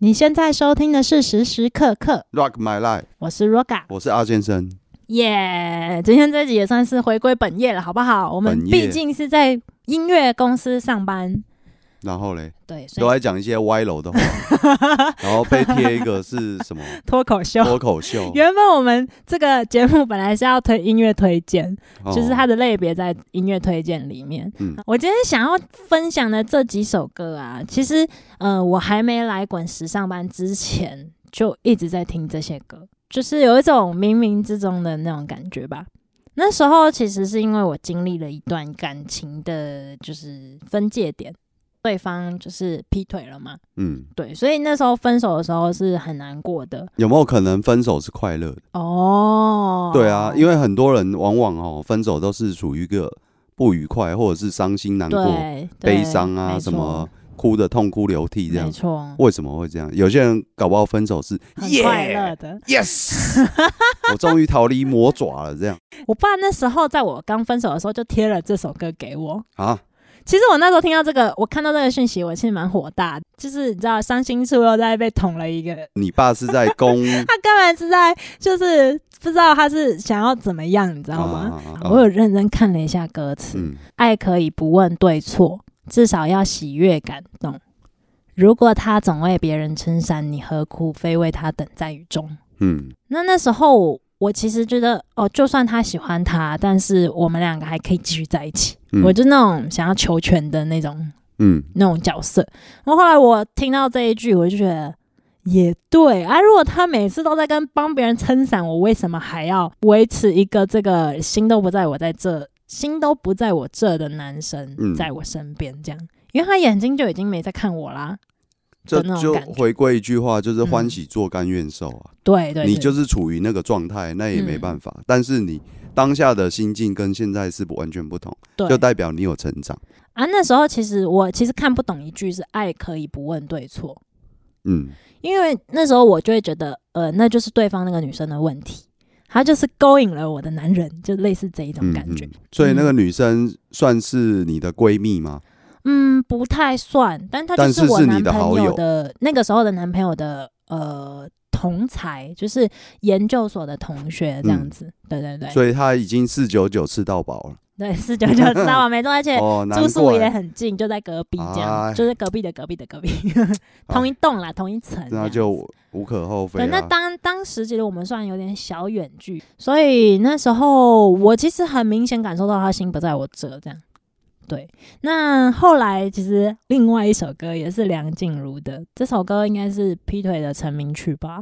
你现在收听的是时时刻刻 Rock My Life， 我是 Roga， 我是阿先生。 耶！今天这集也算是回归本业了，好不好？我们毕竟是在音乐公司上班， 然后嘞， 对，所以都在讲一些歪楼的话，然后被贴一个是什么脱口秀。 脱口秀。 原本我们这个节目本来是要推音乐推荐，就是它的类别在音乐推荐里面。我今天想要分享的这几首歌啊，其实我还没来滚石上班之前，就一直在听这些歌，就是有一种冥冥之中的那种感觉吧。那时候其实是因为我经历了一段感情的，就是分界点。对方就是劈腿了嘛，对，所以那时候分手的时候是很难过的。 有没有可能分手是快乐的？ 哦， 对啊，因为很多人往往分手都是属于一个不愉快，或者是伤心难过、悲伤啊，什么哭的痛哭流涕这样。 没错， 为什么会这样？有些人搞不好分手是很快乐的 ，yes， 我终于逃离魔爪了这样。 我爸那时候在我刚分手的时候就贴了这首歌给我啊。 其实我那时候听到这个，我看到这个讯息，我其实蛮火大的，就是你知道，伤心处又在被捅了一个。 你爸是在攻他根本是在，就是不知道他是想要怎么样，你知道吗？我有认真看了一下歌词，爱可以不问对错，至少要喜悦感动。如果他总为别人撑伞，你何苦非为他等在雨中？那时候我其实觉得，就算他喜欢他，但是我们两个还可以继续在一起。我就那种想要求全的那种，那种角色。然后后来我听到这一句，我就觉得也对啊。如果他每次都在帮别人撑伞，我为什么还要维持一个这个心都不在我这的男生在我身边这样？因为他眼睛就已经没在看我啦。 这就回归一句话，就是欢喜做甘愿受啊。 对， 你就是处于那个状态，那也没办法。但是你当下的心境跟现在是完全不同，就代表你有成长啊。那时候我其实看不懂一句是爱可以不问对错，因为那时候我就会觉得，那就是对方那个女生的问题，她就是勾引了我的男人，就类似这一种感觉。 所以那个女生算是你的闺蜜吗？ 不太算，但她就是我男朋友的那个时候的男朋友的同才，就是研究所的同学这样子。对， 所以他已经499吃到饱了。 对，499吃到饱没错，而且住宿也很近，就在隔壁这样，就是隔壁的隔壁的隔壁，同一栋啦，同一层， 那就无可厚非。 对，那当时其实我们算有点小远距，所以那时候我其实很明显感受到他心不在我这样。对，那后来其实另外一首歌也是梁静茹的，这首歌应该是劈腿的成名曲吧。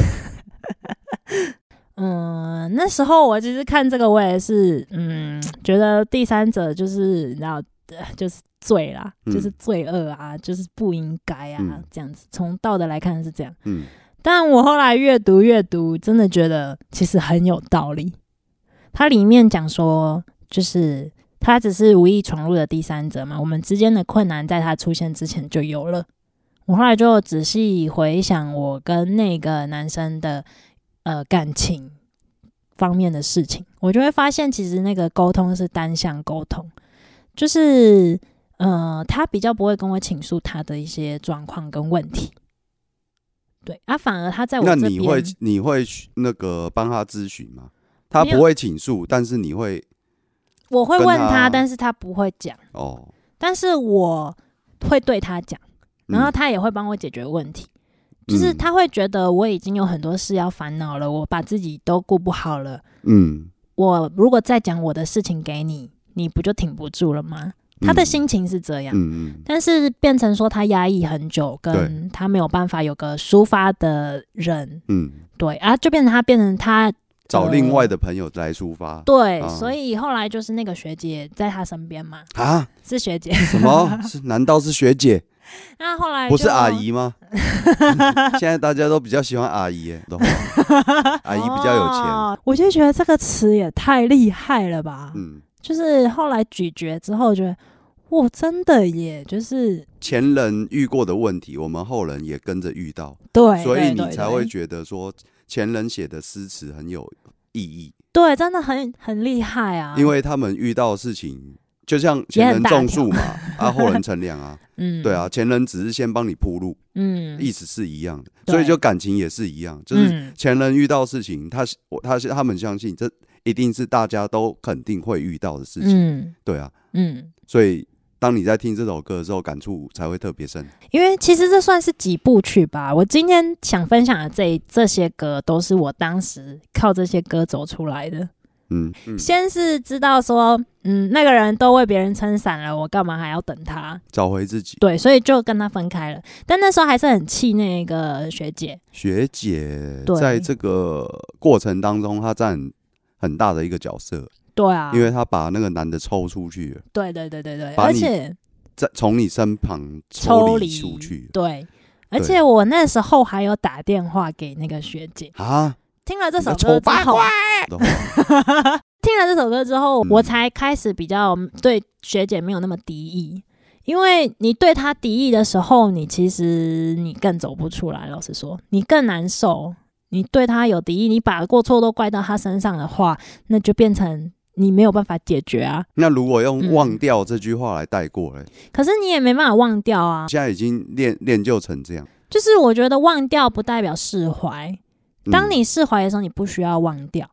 那时候我其实看这个，我也是觉得第三者就是你知道，就是罪啦，就是罪恶啊，就是不应该啊，这样子。从道德来看是这样，但我后来越读，真的觉得其实很有道理。它里面讲说，就是他只是无意闯入的第三者嘛，我们之间的困难在他出现之前就有了。我后来就仔细回想我跟那个男生的感情方面的事情，我就会发现其实那个沟通是单向沟通，就是他比较不会跟我倾诉他的一些状况跟问题。对啊，反而他在我这边， 那你会那个帮他咨询吗？他不会倾诉，但是我会问他，但是他不会讲。但是我会对他讲，然后他也会帮我解决问题。就是他会觉得我已经有很多事要烦恼了，我把自己都顾不好了。我如果再讲我的事情给你，你不就挺不住了吗？他的心情是这样，但是变成说他压抑很久，跟他没有办法有个抒发的人，对啊，就变成他。 找另外的朋友来抒发， 对，所以后来就是那个学姐在他身边嘛，是学姐， 什么？难道是学姐？ 那后来不是阿姨吗？现在大家都比较喜欢阿姨耶，阿姨比较有钱。 我就觉得这个词也太厉害了吧，就是后来咀嚼之后，觉得真的耶，就是前人遇过的问题，我们后人也跟着遇到， 对， 所以你才会觉得说。前人写的诗词很有意义， 对，真的很厉害啊！ 因为他们遇到的事情就像前人种树嘛，后人乘凉啊。对啊，前人只是先帮你铺路，意思是一样的。所以就感情也是一样，就是前人遇到事情，他们相信这一定是大家都肯定会遇到的事情。对啊，所以当你在听这首歌的时候，感触才会特别深。 因为其实这算是几部曲吧。我今天想分享的这些歌，都是我当时靠这些歌走出来的。先是知道说，那个人都为别人撑伞了，我干嘛还要等他？ 找回自己。 对，所以就跟他分开了。但那时候还是很气那个学姐。学姐在这个过程当中，她占很大的一个角色。 对啊， 因为她把那个男的抽出去了。 对，而且从你身旁抽离出去。 对，而且我那时候还有打电话给那个学姐啊。听了这首歌之后，听了这首歌之后，我才开始比较对学姐没有那么敌意，因为你对她敌意的时候，其实你更走不出来。老实说，你更难受。你对她有敌意，你把过错都怪到她身上的话，那就变成你没有办法解决啊。 那如果用忘掉这句话来带过嘞， 可是你也没办法忘掉啊。 现在已经练就成这样， 就是我觉得忘掉不代表释怀。当你释怀的时候，你不需要忘掉。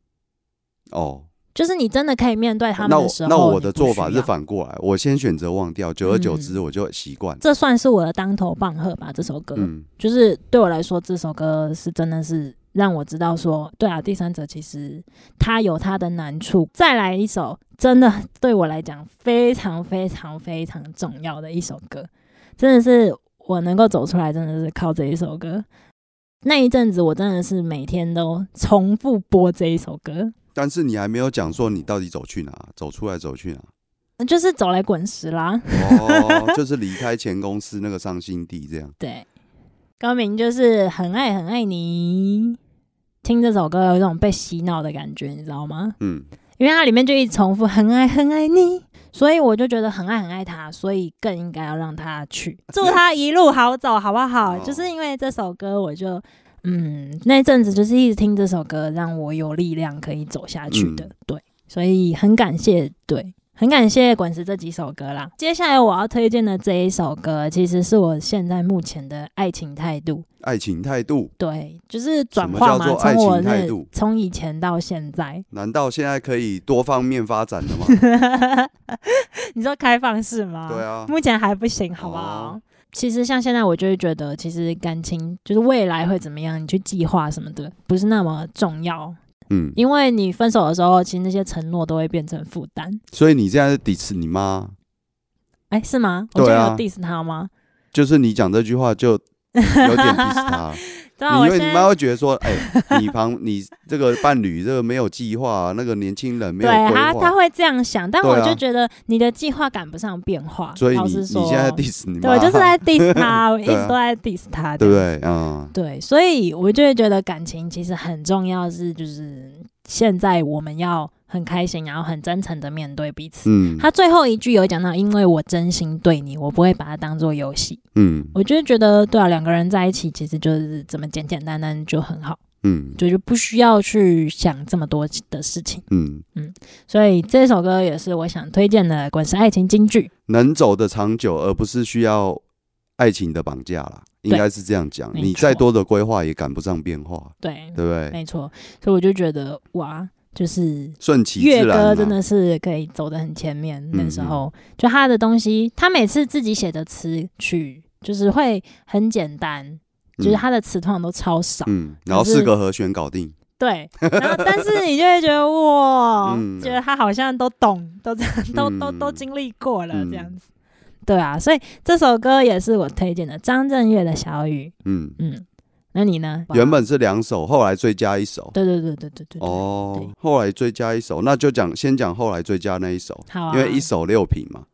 就是你真的可以面对他们的时候。 那我的做法是反过来，我先选择忘掉，久而久之我就习惯。 这算是我的当头棒喝吧。这首歌，就是对我来说，这首歌是真的是让我知道说，对啊，第三者其实他有他的难处。再来一首，真的对我来讲非常非常非常重要的一首歌，真的是我能够走出来，真的是靠这一首歌。那一阵子我真的是每天都重复播这一首歌。 但是你还没有讲说你到底走去哪，走出来走去哪？ 就是走来滚石啦。 就是离开前公司那个伤心地这样。 对，歌名就是很爱很爱你。听这首歌有一种被洗脑的感觉，你知道吗？因为它里面就一直重复很爱很爱你，所以我就觉得很爱很爱他，所以更应该要让他去，祝他一路好走，好不好？就是因为这首歌，我就那阵子就是一直听这首歌，让我有力量可以走下去的。对，所以很感谢，对，很感谢滚石这几首歌啦。接下来我要推荐的这一首歌，其实是我现在目前的爱情态度。 爱情态度， 对，就是转化嘛，从以前到现在。 难道现在可以多方面发展的吗？ 你说开放式吗？ 对啊， 目前还不行，好不好？其实像现在，我就会觉得，其实感情就是未来会怎么样，你去计划什么的，不是那么重要。因为你分手的时候，其实那些承诺都会变成负担。 所以你现在是 diss 你妈？ 是吗？我今天有 diss 他吗？ 就是你讲这句话就有点 diss 他。因为你妈会觉得说，你这个伴侣这个没有计划，那个年轻人没有规划， 他会这样想。但我就觉得你的计划赶不上变化， 所以你现在 diss 你妈， 对，我就是在 diss 他，我一直都在 diss 他， 对不对？ 对，所以我就会觉得感情其实很重要，就是现在我们要很开心，然后很真诚的面对彼此。他最后一句有讲到，因为我真心对你，我不会把它当作游戏。我就觉得对啊，两个人在一起其实就是怎么简简单单就很好。就不需要去想这么多的事情。所以这首歌也是我想推荐的滚石爱情金句， 能走得长久，而不是需要爱情的绑架啦。应该是这样讲，你再多的规划也赶不上变化，对不对？ 没错，所以我就觉得哇，就是顺其自然。 乐歌真的是可以走得很前面。那时候就他的东西，他每次自己写的词曲就是会很简单，就是他的词通常都超少， 然后4个和弦搞定。 对，然后但是你就会觉得哇，觉得他好像都懂，都经历过了这样子。对啊，所以这首歌也是我推荐的，张震岳的小雨。那你呢？ 原本是2首，后来追加1首。 对。 后来追加1首，那就先讲后来追加那一首。 好啊， 因为1首6瓶嘛。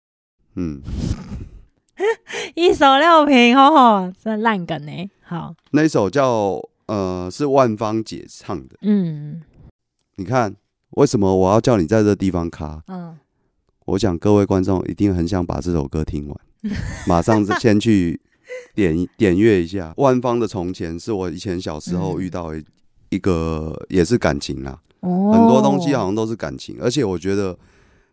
1首6瓶，真烂梗欸。好， 那一首叫是万芳姐唱的。你看为什么我要叫你在这地方卡？我想各位观众一定很想把这首歌听完，马上先去点阅一下。万芳的从前是我以前小时候遇到一个也是感情啦，很多东西好像都是感情，而且我觉得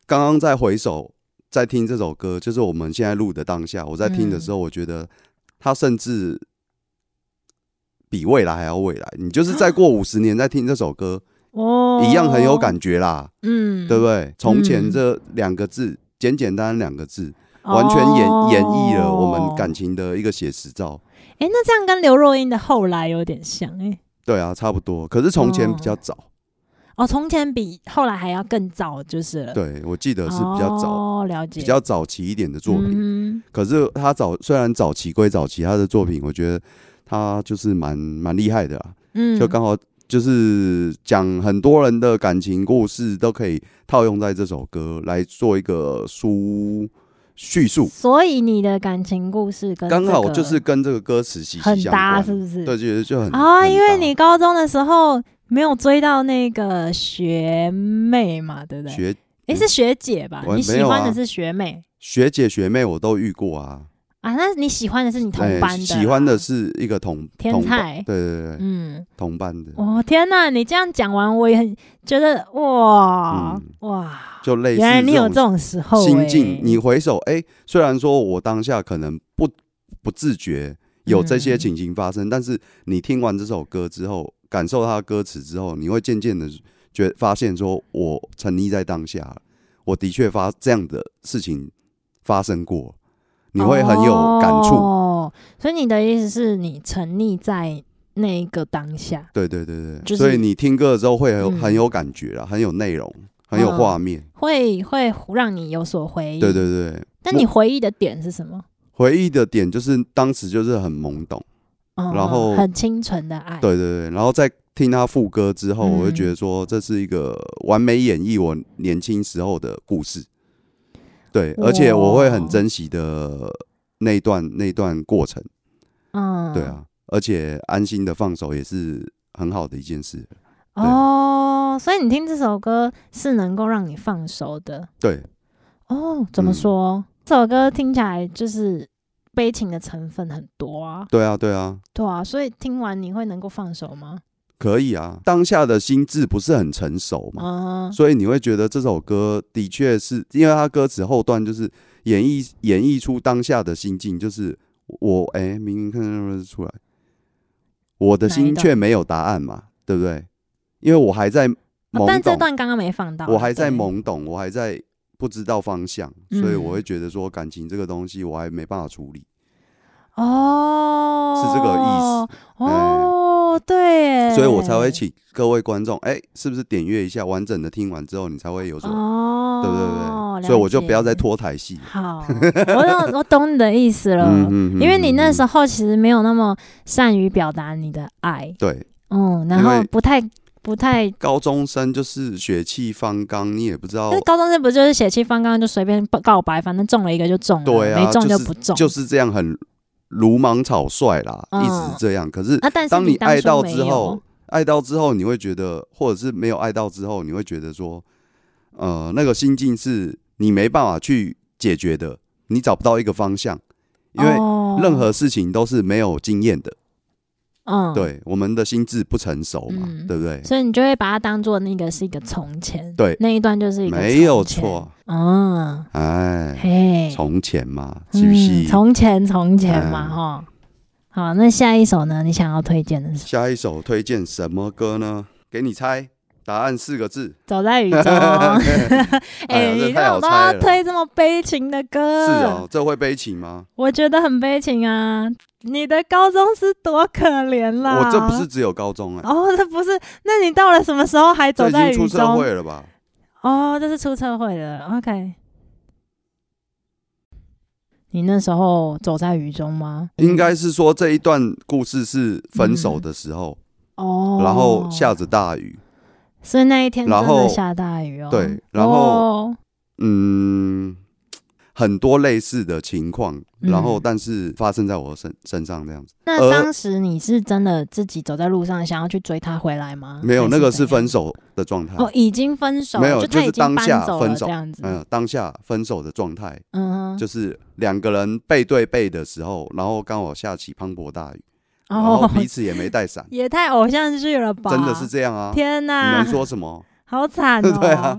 刚刚在回首在听这首歌，就是我们现在录的当下，我在听的时候，我觉得它甚至比未来还要未来。你就是再过50年再听这首歌，一样很有感觉啦，对不对？从前这2个字，简简单单2个字，完全演绎了我们感情的一个写实照。 那这样跟刘若英的后来有点像对啊，差不多。可是从前比较早。 从前比后来还要更早就是了。 对，我记得是比较早， 了解， 比较早期一点的作品。可是他虽然早期归早期，他的作品我觉得他就是蛮厉害的啊。就刚好就是讲很多人的感情故事都可以套用在这首歌来做一个叙述。 所以你的感情故事跟刚好就是跟这个歌词息息相关，很搭，是不是？ 对，就很因为你高中的时候没有追到那个学妹嘛，对不对？是学姐吧？你喜欢的是学妹？ 学姐学妹我都遇过啊。 那你喜欢的是你同班的？ 喜欢的是一个天菜， 对，同班的。 天哪！你这样讲完，我也很觉得哇， 就类似原来你有这种时候心境。你回首，虽然说我当下可能不自觉有这些情形发生，但是你听完这首歌之后，感受它的歌词之后，你会渐渐的发现说，我沉溺在当下，我的确这样的事情发生过。你会很有感触， 所以你的意思是你沉溺在那个当下。 对，所以你听歌的时候会很有感觉啦，很有内容，很有画面， 会让你有所回忆。 对。 但你回忆的点是什么？ 回忆的点就是当时就是很懵懂，然后很清纯的爱。 对，然后在听他副歌之后，我就觉得说这是一个完美演绎我年轻时候的故事。对，而且我会很珍惜的那一段过程，对啊，而且安心的放手也是很好的一件事。 所以你听这首歌是能够让你放手的。 对， 怎么说？这首歌听起来就是悲情的成分很多啊。 对啊， 所以听完你会能够放手吗？ 可以啊，当下的心智不是很成熟嘛，所以你会觉得这首歌的确是因为它歌词后段就是演绎出当下的心境，就是我明明看得出来，我的心却没有答案嘛，对不对？因为我还在懵懂， 但这段刚刚没放到， 我还在懵懂，我还在不知道方向，所以我会觉得说感情这个东西我还没办法处理。是这个意思。 对耶， 所以我才会请各位观众，是不是点阅一下，完整的听完之后，你才会有所，对不对？所以我就不要再拖台戏。 好，我懂你的意思了，因为你那时候其实没有那么善于表达你的爱， 对， 然后不太。 高中生就是血气方刚，你也不知道。 高中生不就是血气方刚就随便告白，反正中了一个就中了， 对啊， 没中就不中， 就是这样很鲁莽草率啦，一直是这样。可是当你爱到之后，你会觉得，或者是没有爱到之后，你会觉得说，那个心境是你没办法去解决的，你找不到一个方向，因为任何事情都是没有经验的。对，我们的心智不成熟嘛，对不对？ 所以你就会把它当做那个是一个从前， 对， 那一段就是一个从前， 没有错。从前嘛，是不是？ 从前嘛，好，那下一首呢？你想要推荐的是？ 下一首推荐什么歌呢？给你猜，答案4个字： 走在雨中。你看我都要推这么悲情的歌， 是哦，这会悲情吗？ 我觉得很悲情啊。你的高中是多可怜啦！ 我这不是只有高中这不是？那你到了什么时候还走在雨中？ 这已经出社会了吧？ 这是出社会了。OK， 你那时候走在雨中吗？ 应该是说这一段故事是分手的时候，然后下着大雨， 所以那一天真的下大雨对，然后很多类似的情况，然后但是发生在我身上这样子。 那当时你是真的自己走在路上，想要去追他回来吗？ 没有，那个是分手的状态。 已经分手， 没有， 就是当下分手这样子。 当下分手的状态，就是2个人背对背的时候，然后刚好下起磅礴大雨，然后彼此也没带伞， 也太偶像剧了吧？ 真的是这样啊！ 天哪， 你能说什么？ 好惨哦！ 对啊。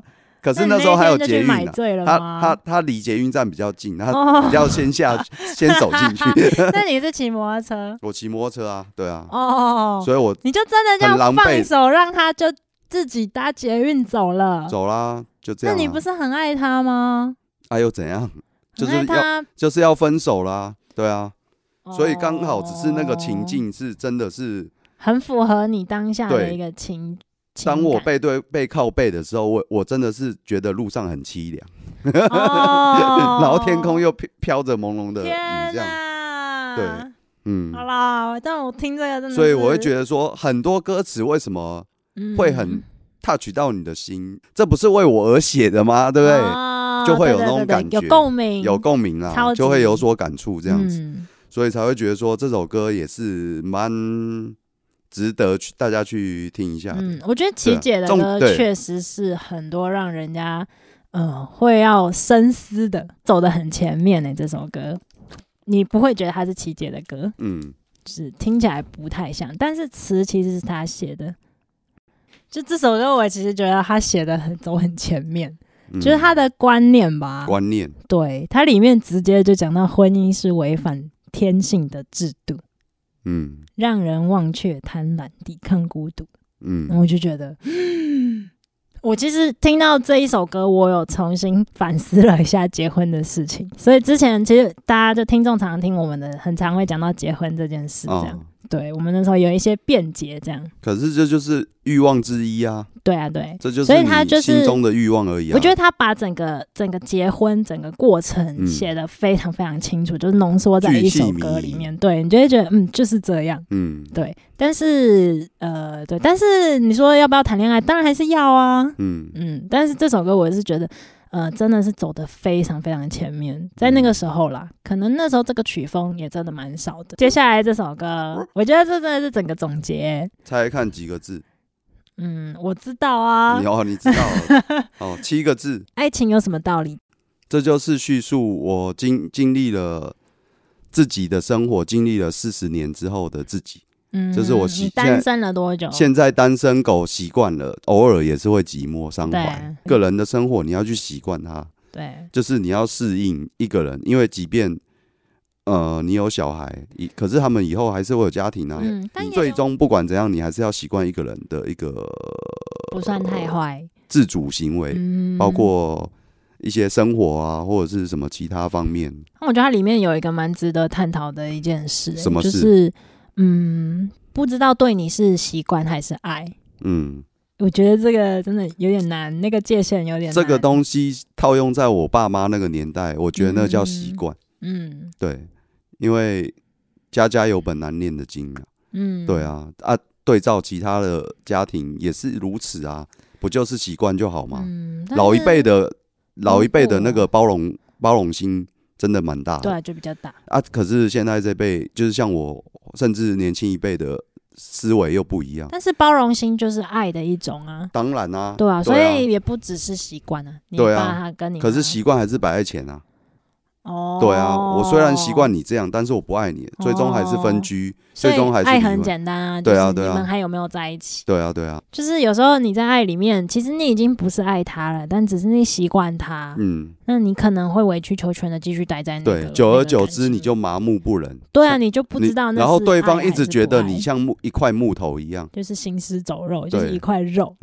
可是那时候还有捷运啊， 他离捷运站比较近，他比较先走进去。 那你是骑摩托车？ 我骑摩托车啊，对啊。 所以你就真的这样放手让他就自己搭捷运走了？ 走啦，就这样。 那你不是很爱他吗？ 又怎样？就是要分手啦，对啊。所以刚好只是那个情境是真的是很符合你当下的一个情。 当我背靠背的时候，我真的是觉得路上很凄凉，然后天空又飘着朦胧的雨，这样。对， 好啦，但我听这个真的是， 所以我会觉得说，很多歌词为什么会很 touch 到你的心？这不是为我而写的吗？对不对？就会有那种感觉，有共鸣啦，就会有所感触，这样子，所以才会觉得说这首歌也是蛮值得大家去听一下。 我觉得琪姐的歌确实是很多让人家会要深思的，走得很前面呢。这首歌你不会觉得它是琪姐的歌，就是听起来不太像，但是词其实是他写的。就这首歌，我其实觉得他写的走很前面。就是他的观念吧，对，他里面直接就讲到婚姻是违反天性的制度，让人忘却贪婪，抵抗孤独，我就觉得，我其实听到这一首歌，我有重新反思了一下结婚的事情，所以之前其实大家就听众常听我们的，很常会讲到结婚这件事，这样。对，我们那时候有一些辩解，这样。 可是这就是欲望之一啊。 对啊，对， 这就是你心中的欲望而已啊。 我觉得他把整个结婚整个过程写得非常非常清楚，就是浓缩在一首歌里面。对，你就会觉得就是这样。对。但是对，但是你说要不要谈恋爱，当然还是要啊。但是这首歌我是觉得。真的是走得非常非常前面，在那个时候啦，可能那时候这个曲风也真的蛮少的。接下来这首歌，我觉得这真的是整个总结。 猜看几个字？ 我知道啊。 你知道了7个字。 爱情有什么道理？ 这就是叙述我经历了自己的生活，经历了40年之后的自己。就是我你单身了多久？ 现在单身狗习惯了，偶尔也是会寂寞伤怀。个人的生活你要去习惯它， 对， 就是你要适应一个人，因为即便你有小孩，可是他们以后还是会有家庭啊。你最终不管怎样，你还是要习惯一个人的一个不算太坏自主行为，包括一些生活啊，或者是什么其他方面。 我觉得它里面有一个蛮值得探讨的一件事， 什么事？ 就是不知道对你是习惯还是爱。我觉得这个真的有点难，那个界限有点难。 这个东西套用在我爸妈那个年代，我觉得那叫习惯。对，因为家家有本难念的经啊。对啊，对照其他的家庭也是如此啊，不就是习惯就好吗？老一辈的那个包容心真的蛮大的， 对，就比较大啊。可是现在这辈就是像我，甚至年轻一辈的思维又不一样。 但是包容心就是爱的一种啊， 当然啊， 对啊，所以也不只是习惯啊。你爸他跟你， 可是习惯还是摆在前啊。对啊，我虽然习惯你这样，但是我不爱你，最终还是分居，最终还是爱很简单啊。对啊，对啊，你们还有没有在一起？ 对啊，对啊， 就是有时候你在爱里面，其实你已经不是爱他了，但只是你习惯他。那你可能会委曲求全的继续待在那个。 对，久而久之你就麻木不仁。 对啊，你就不知道那是爱还是不爱。 然后对方一直觉得你像一块木头一样， 就是行尸走肉，就是一块肉。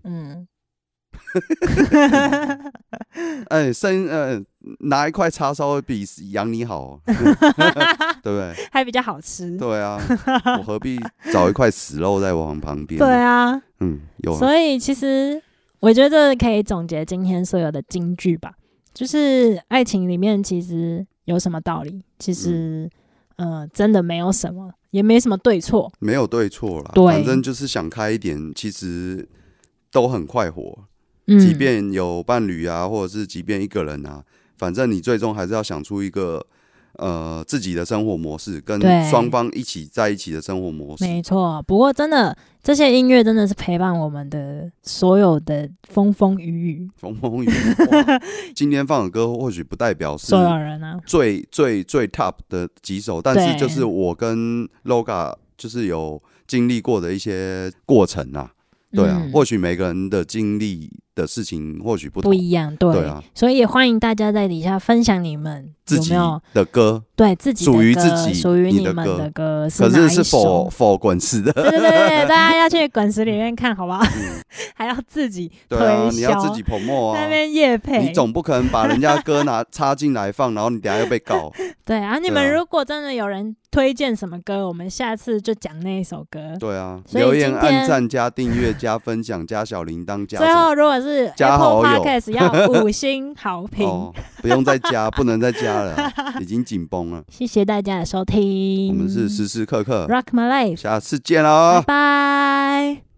拿一块叉烧会比养你好，对不对？ 还比较好吃。 对啊，我何必找一块死肉在我旁边？ 对啊， 有。 所以其实我觉得可以总结今天所有的金句吧，就是爱情里面其实有什么道理？其实真的没有什么，也没什么对错， 没有对错啦。反正就是想开一点，其实都很快活。即便有伴侣啊，或者是即便一个人啊，反正你最终还是要想出一个自己的生活模式，跟双方一起在一起的生活模式。 没错，不过真的这些音乐真的是陪伴我们的所有的风风雨雨。 风风雨雨。今天放的歌或许不代表是所有人啊最 top 的几首，但是就是我跟 Loga 就是有经历过的一些过程啊。对啊，或许每个人的经历的事情或许不一样，对啊，所以也欢迎大家在底下分享你们自己的歌， 对自己的歌， 属于自己属于你们的歌可是是否滚石的， 对，大家要去滚石里面看好不好？还要自己推销，对啊， 你要自己 promote 啊， 那边业配， 你总不可能把人家歌插进来放，然后你等一下又被告。 对啊，你们如果真的有人推荐什么歌，我们下次就讲那一首歌。 对啊，留言、按赞、加订阅、加分享、加小铃铛、加最后如果是 Apple Podcast 要5星好评， 不用再加，不能再加了，已经紧绷了。 谢谢大家的收听， 我们是时时刻刻 Rock My Life， 下次见喽， 拜拜。